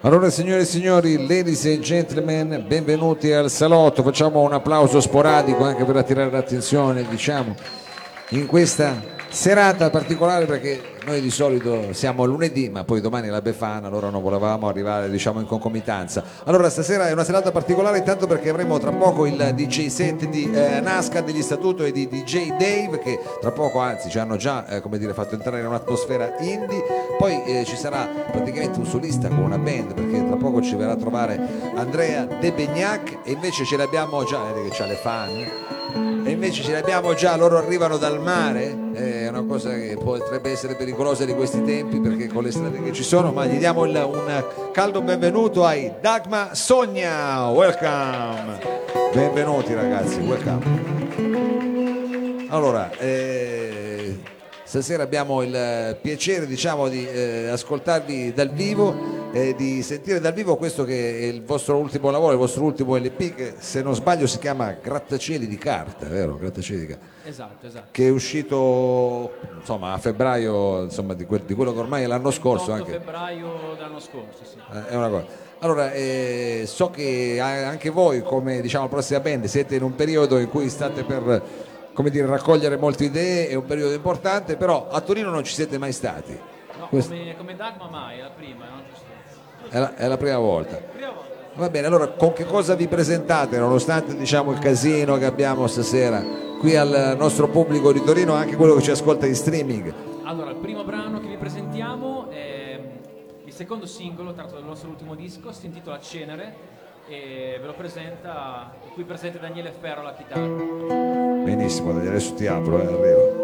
Allora, signore e signori, ladies and gentlemen, benvenuti al salotto. Facciamo un applauso sporadico anche per attirare l'attenzione, diciamo, in questa serata particolare, perché noi di solito siamo lunedì, ma poi domani è la Befana, allora non volevamo arrivare, diciamo, in concomitanza. Allora, stasera è una serata particolare intanto perché avremo tra poco il DJ set di Nasca, degli Statuto e di DJ Dave, che tra poco, anzi, ci hanno già come dire, fatto entrare in un'atmosfera indie. Poi ci sarà praticamente un solista con una band, perché tra poco ci verrà a trovare Andrea De Begnac, e invece ce l'abbiamo già, vedete che c'ha le fan, e invece ce li abbiamo già, loro arrivano dal mare, è una cosa che potrebbe essere pericolosa di questi tempi perché con le strade che ci sono, ma gli diamo un caldo benvenuto ai Dagma Sogna, welcome, benvenuti ragazzi, welcome. Allora, stasera abbiamo il piacere, diciamo, di ascoltarvi dal vivo, di sentire dal vivo questo che è il vostro ultimo lavoro, il vostro ultimo LP, che se non sbaglio si chiama Grattacieli di carta, vero? Grattacieli di carta. Esatto. Che è uscito, insomma, a febbraio, insomma, di quello che ormai è l'anno scorso. 28 anche febbraio dell'anno scorso, sì. È una cosa. Allora, so che anche voi, come diciamo Prossima Band, siete in un periodo in cui state per, come dire, raccogliere molte idee, è un periodo importante, però a Torino non ci siete mai stati. No, come Dagma mai, è la prima, no? Giusto. È la prima volta. Prima volta. Va bene, allora con che cosa vi presentate, nonostante, diciamo, il casino che abbiamo stasera qui al nostro pubblico di Torino, anche quello che ci ascolta in streaming? Allora, il primo brano che vi presentiamo è il secondo singolo tratto dal nostro ultimo disco, si intitola Cenere, e ve lo presenta, qui presente Daniele Ferro alla chitarra. Benissimo, Daniele, adesso ti apro, arrivo.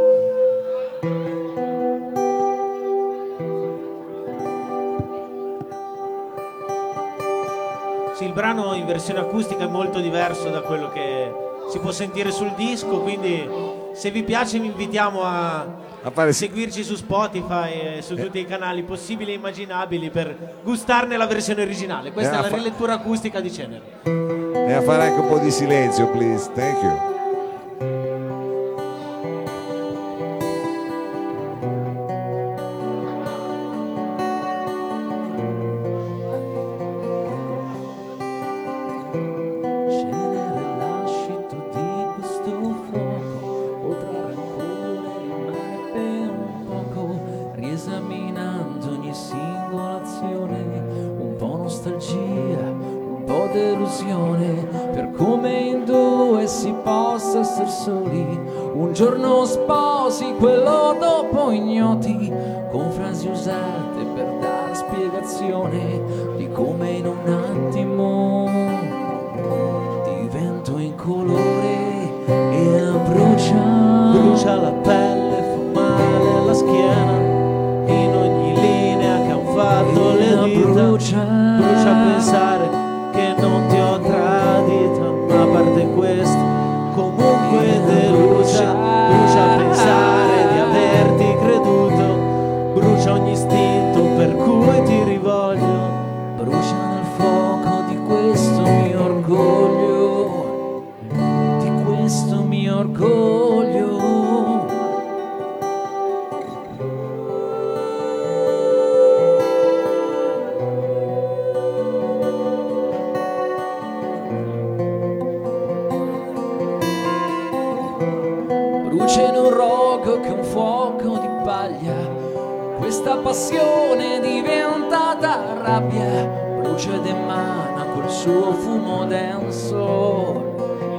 Sì, il brano in versione acustica è molto diverso da quello che si può sentire sul disco, quindi se vi piace vi invitiamo a seguirci su Spotify e su tutti i canali possibili e immaginabili per gustarne la versione originale. Questa è la rilettura acustica di Cenere. E a fare anche un po' di silenzio, please, thank you. Esaminando ogni singola azione, un po' nostalgia, un po' delusione, per come in due si possa essere soli, un giorno sposi, quello dopo ignoti, con frasi usate per dare spiegazione di come in un attimo divento incolore e brucia la pelle, fa male alla schiena, in ogni linea che han fatto le dita, brucia pensare che non ti ho tradita, ma a parte questo comunque delusa, brucia pensare di averti creduto, brucia ogni istinto per cui ti rivoglio, brucia nel fuoco di questo mio orgoglio, di questo mio orgoglio. Brucia in un rogo che un fuoco di paglia, questa passione è diventata rabbia, brucia ed emana col suo fumo denso,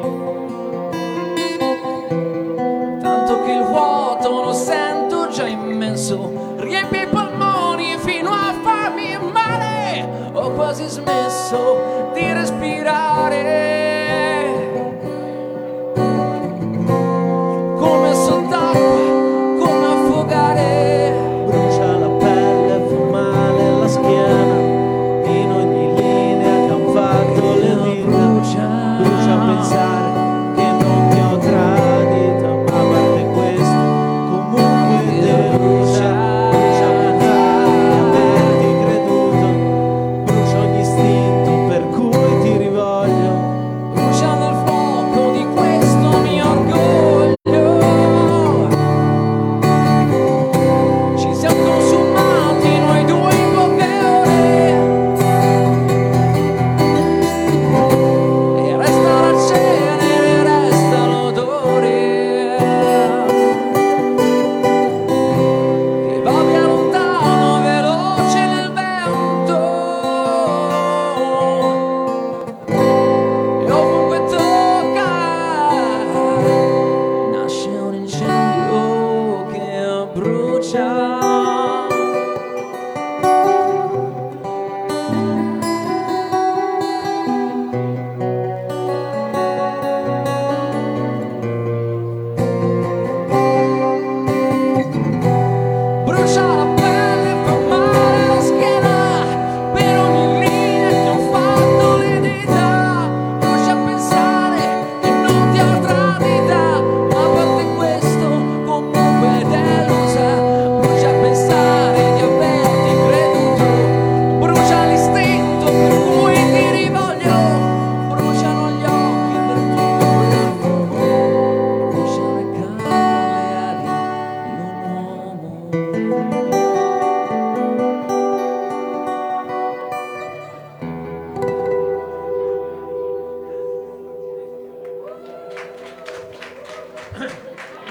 tanto che il vuoto lo sento già immenso, riempie i polmoni fino a farmi male, ho quasi smesso di respirare. Come sott'acqua, come affogare, brucia la pelle, fa male alla schiena, in ogni linea che han fatto le dita, brucia pensare che non ti ho tradita, ma a parte questo comunque delusa, brucia pensare di averti creduto, brucia ogni istinto per cui ti rivolgo.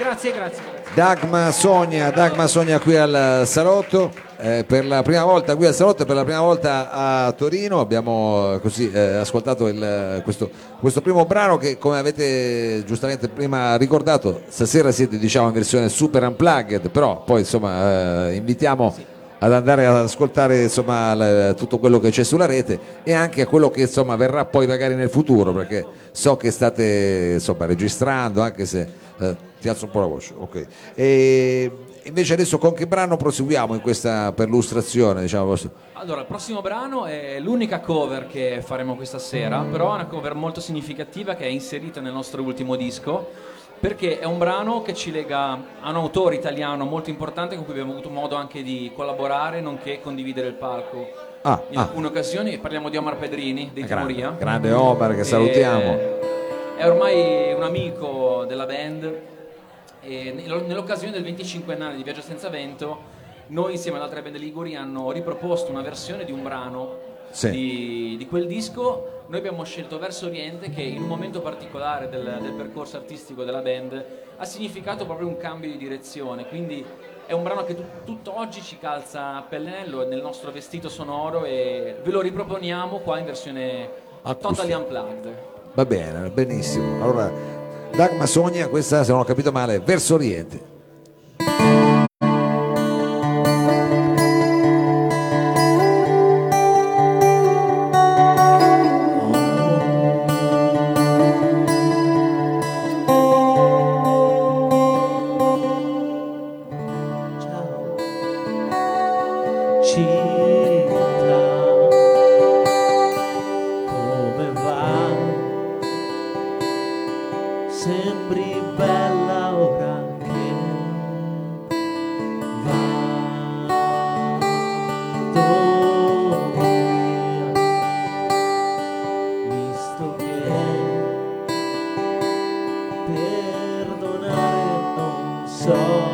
Grazie. Dagmar Sogna qui al salotto, per la prima volta qui al salotto e per la prima volta a Torino. Abbiamo così ascoltato questo primo brano che, come avete giustamente prima ricordato, stasera siete in versione super unplugged, però poi insomma invitiamo ad andare ad ascoltare insomma tutto quello che c'è sulla rete e anche a quello che insomma verrà poi magari nel futuro, perché so che state insomma registrando, anche se ti alzo un po' la voce, ok. E invece adesso con che brano proseguiamo in questa perlustrazione, diciamo? Allora, il prossimo brano è l'unica cover che faremo questa sera, però è una cover molto significativa che è inserita nel nostro ultimo disco, perché è un brano che ci lega a un autore italiano molto importante con cui abbiamo avuto modo anche di collaborare, nonché condividere il palco in alcune occasioni. Parliamo di Omar Pedrini, dei Timoria. Grande Omar, che salutiamo. È ormai un amico della band e nell'occasione del 25enne di Viaggio Senza Vento noi insieme ad altre band liguri hanno riproposto una versione di un brano di quel disco. Noi abbiamo scelto Verso Oriente, che in un momento particolare del percorso artistico della band ha significato proprio un cambio di direzione, quindi è un brano che tutt'oggi ci calza a pennello nel nostro vestito sonoro e ve lo riproponiamo qua in versione totally unplugged. Va bene, benissimo. Allora, Dagmar Sogna, questa, se non ho capito male, Verso Oriente. Sembri bella ora che vado via, visto che perdonare non so.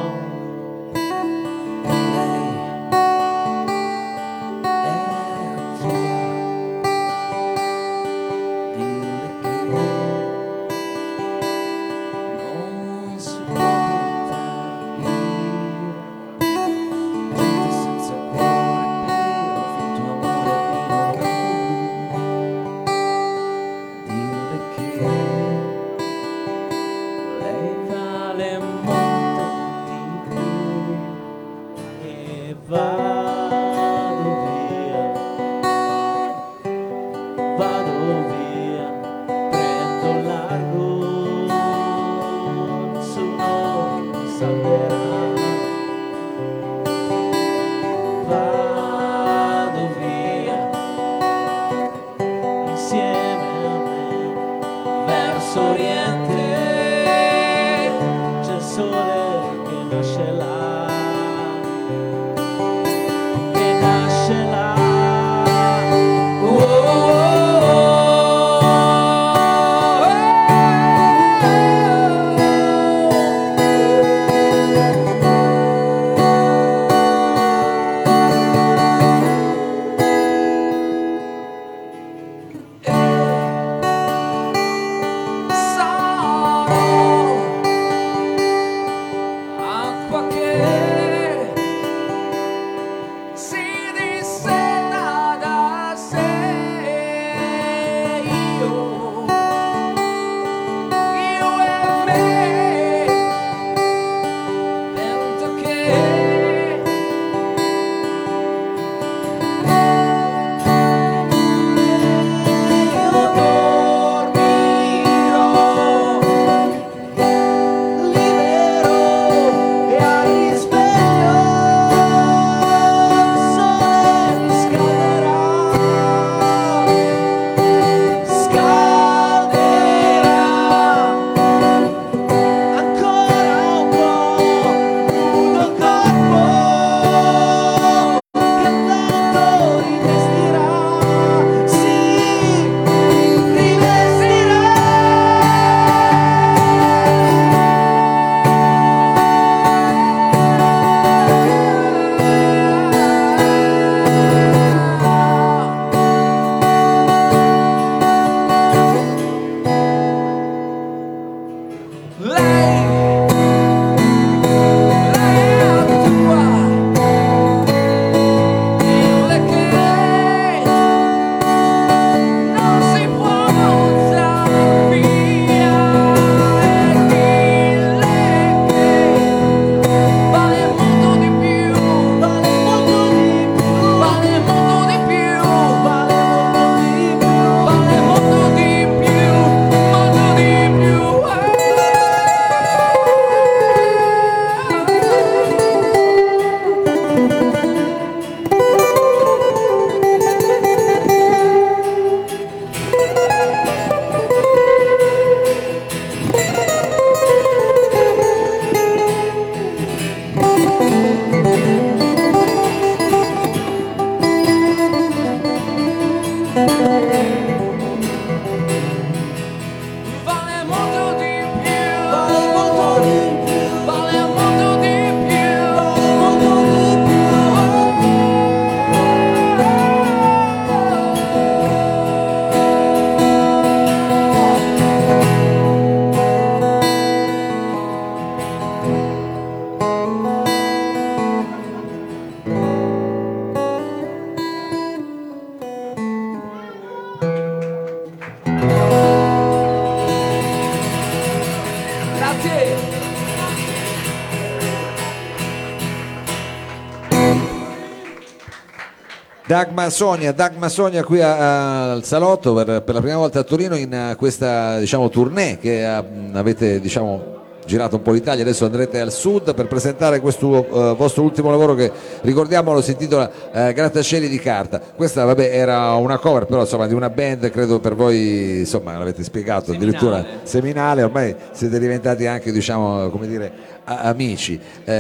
Dagmar Sonia qui al Salotto per la prima volta a Torino in questa, diciamo, tournée che avete, diciamo, girato un po' l'Italia, adesso andrete al sud per presentare questo vostro ultimo lavoro che, ricordiamolo, si intitola Grattacieli di carta. Questa, vabbè, era una cover, però insomma di una band, credo per voi, insomma, l'avete spiegato, addirittura seminale, ormai siete diventati anche, diciamo, come dire, amici,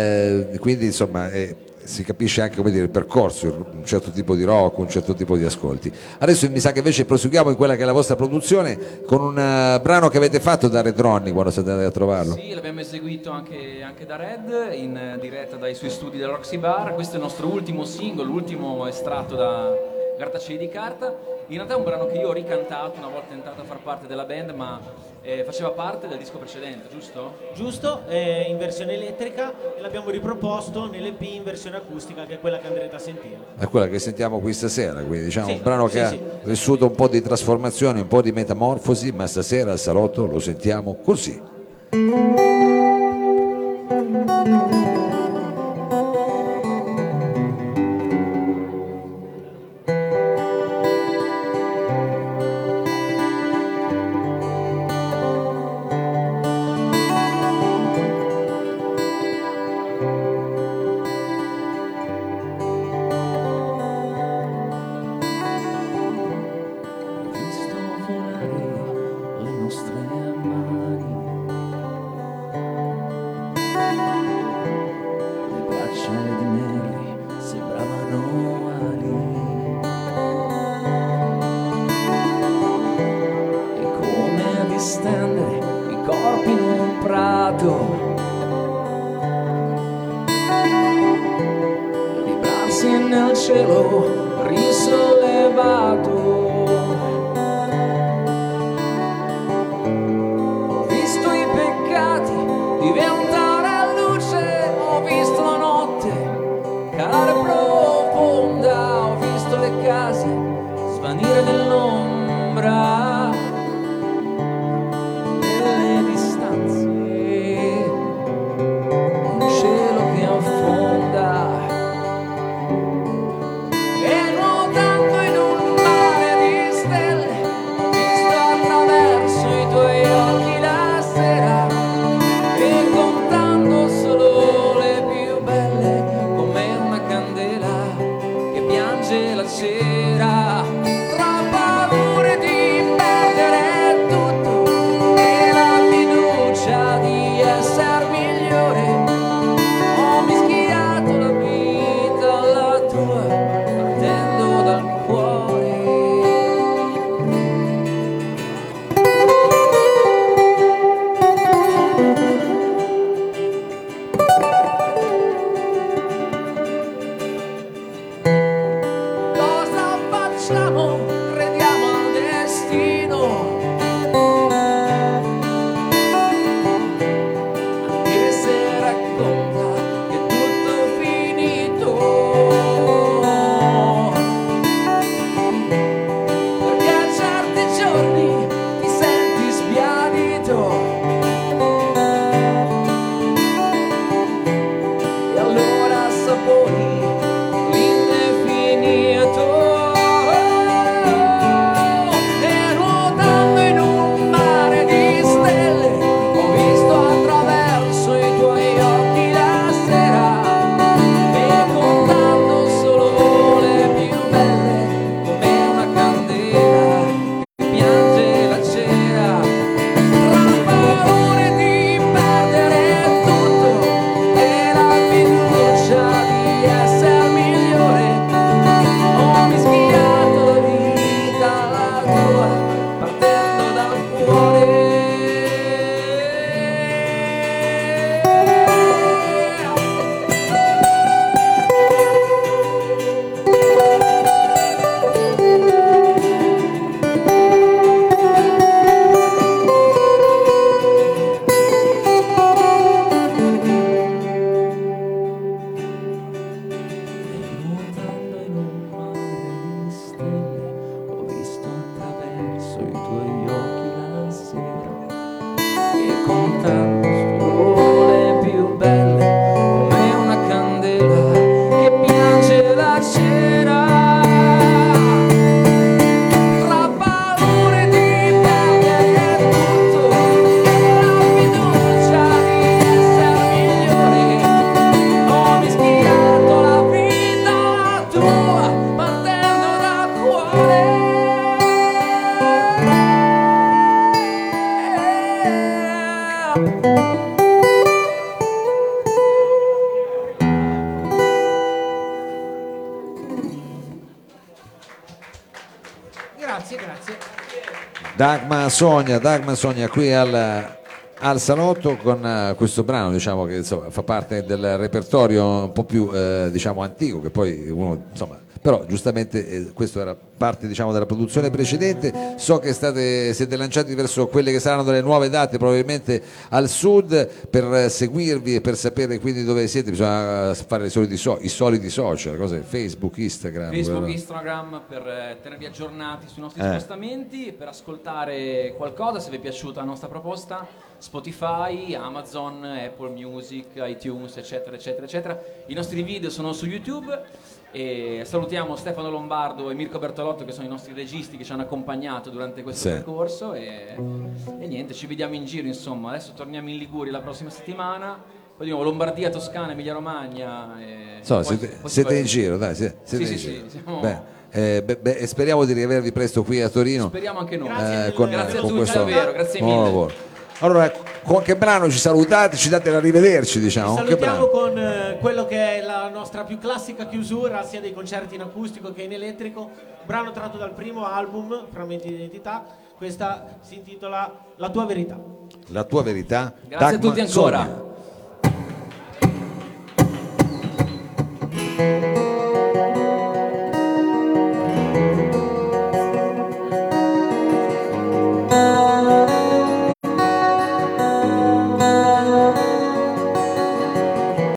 quindi insomma si capisce anche, come dire, il percorso, un certo tipo di rock, un certo tipo di ascolti. Adesso mi sa che invece proseguiamo in quella che è la vostra produzione con un brano che avete fatto da Red Ronnie quando siete andati a trovarlo. Sì, l'abbiamo eseguito anche da Red in diretta dai suoi studi del Roxy Bar. Questo è il nostro ultimo singolo, l'ultimo estratto da Grattacieli di carta. In realtà è un brano che io ho ricantato una volta entrato a far parte della band, ma faceva parte del disco precedente, giusto? Giusto, in versione elettrica, e l'abbiamo riproposto nell'EP in versione acustica, che è quella che andrete a sentire. È quella che sentiamo qui stasera, quindi diciamo Sì, un brano che sì, ha vissuto un po' di trasformazione, un po' di metamorfosi, ma stasera al Salotto lo sentiamo così. Sole più belle come una candela che piange la cera. Grazie. Dagmar Sogna qui al salotto con questo brano, diciamo, che insomma, fa parte del repertorio un po' più diciamo antico, che poi uno insomma, però giustamente questo era parte, diciamo, della produzione precedente. So che siete lanciati verso quelle che saranno delle nuove date, probabilmente al sud. Per seguirvi e per sapere quindi dove siete bisogna fare i soliti social, cose, Facebook, Instagram per tenervi aggiornati sui nostri spostamenti, per ascoltare qualcosa se vi è piaciuta la nostra proposta, Spotify, Amazon, Apple Music, iTunes, eccetera eccetera eccetera. I nostri video sono su YouTube. E salutiamo Stefano Lombardo e Mirko Bertolotto, che sono i nostri registi che ci hanno accompagnato durante questo percorso, e niente, ci vediamo in giro, insomma. Adesso torniamo in Liguria la prossima settimana, poi di nuovo Lombardia, Toscana, Emilia Romagna siete in giro, dai, siete in giro. E speriamo di riavervi presto qui a Torino. Speriamo anche noi. Grazie a tutti, davvero, grazie mille. Lavoro. Allora, con che brano ci salutate? Ci date l'arrivederci, diciamo. Ci salutiamo con quello che è la nostra più classica chiusura, sia dei concerti in acustico che in elettrico, brano tratto dal primo album, Frammenti di identità. Questa si intitola La tua verità. La tua verità. Grazie a tutti ancora. Sogna.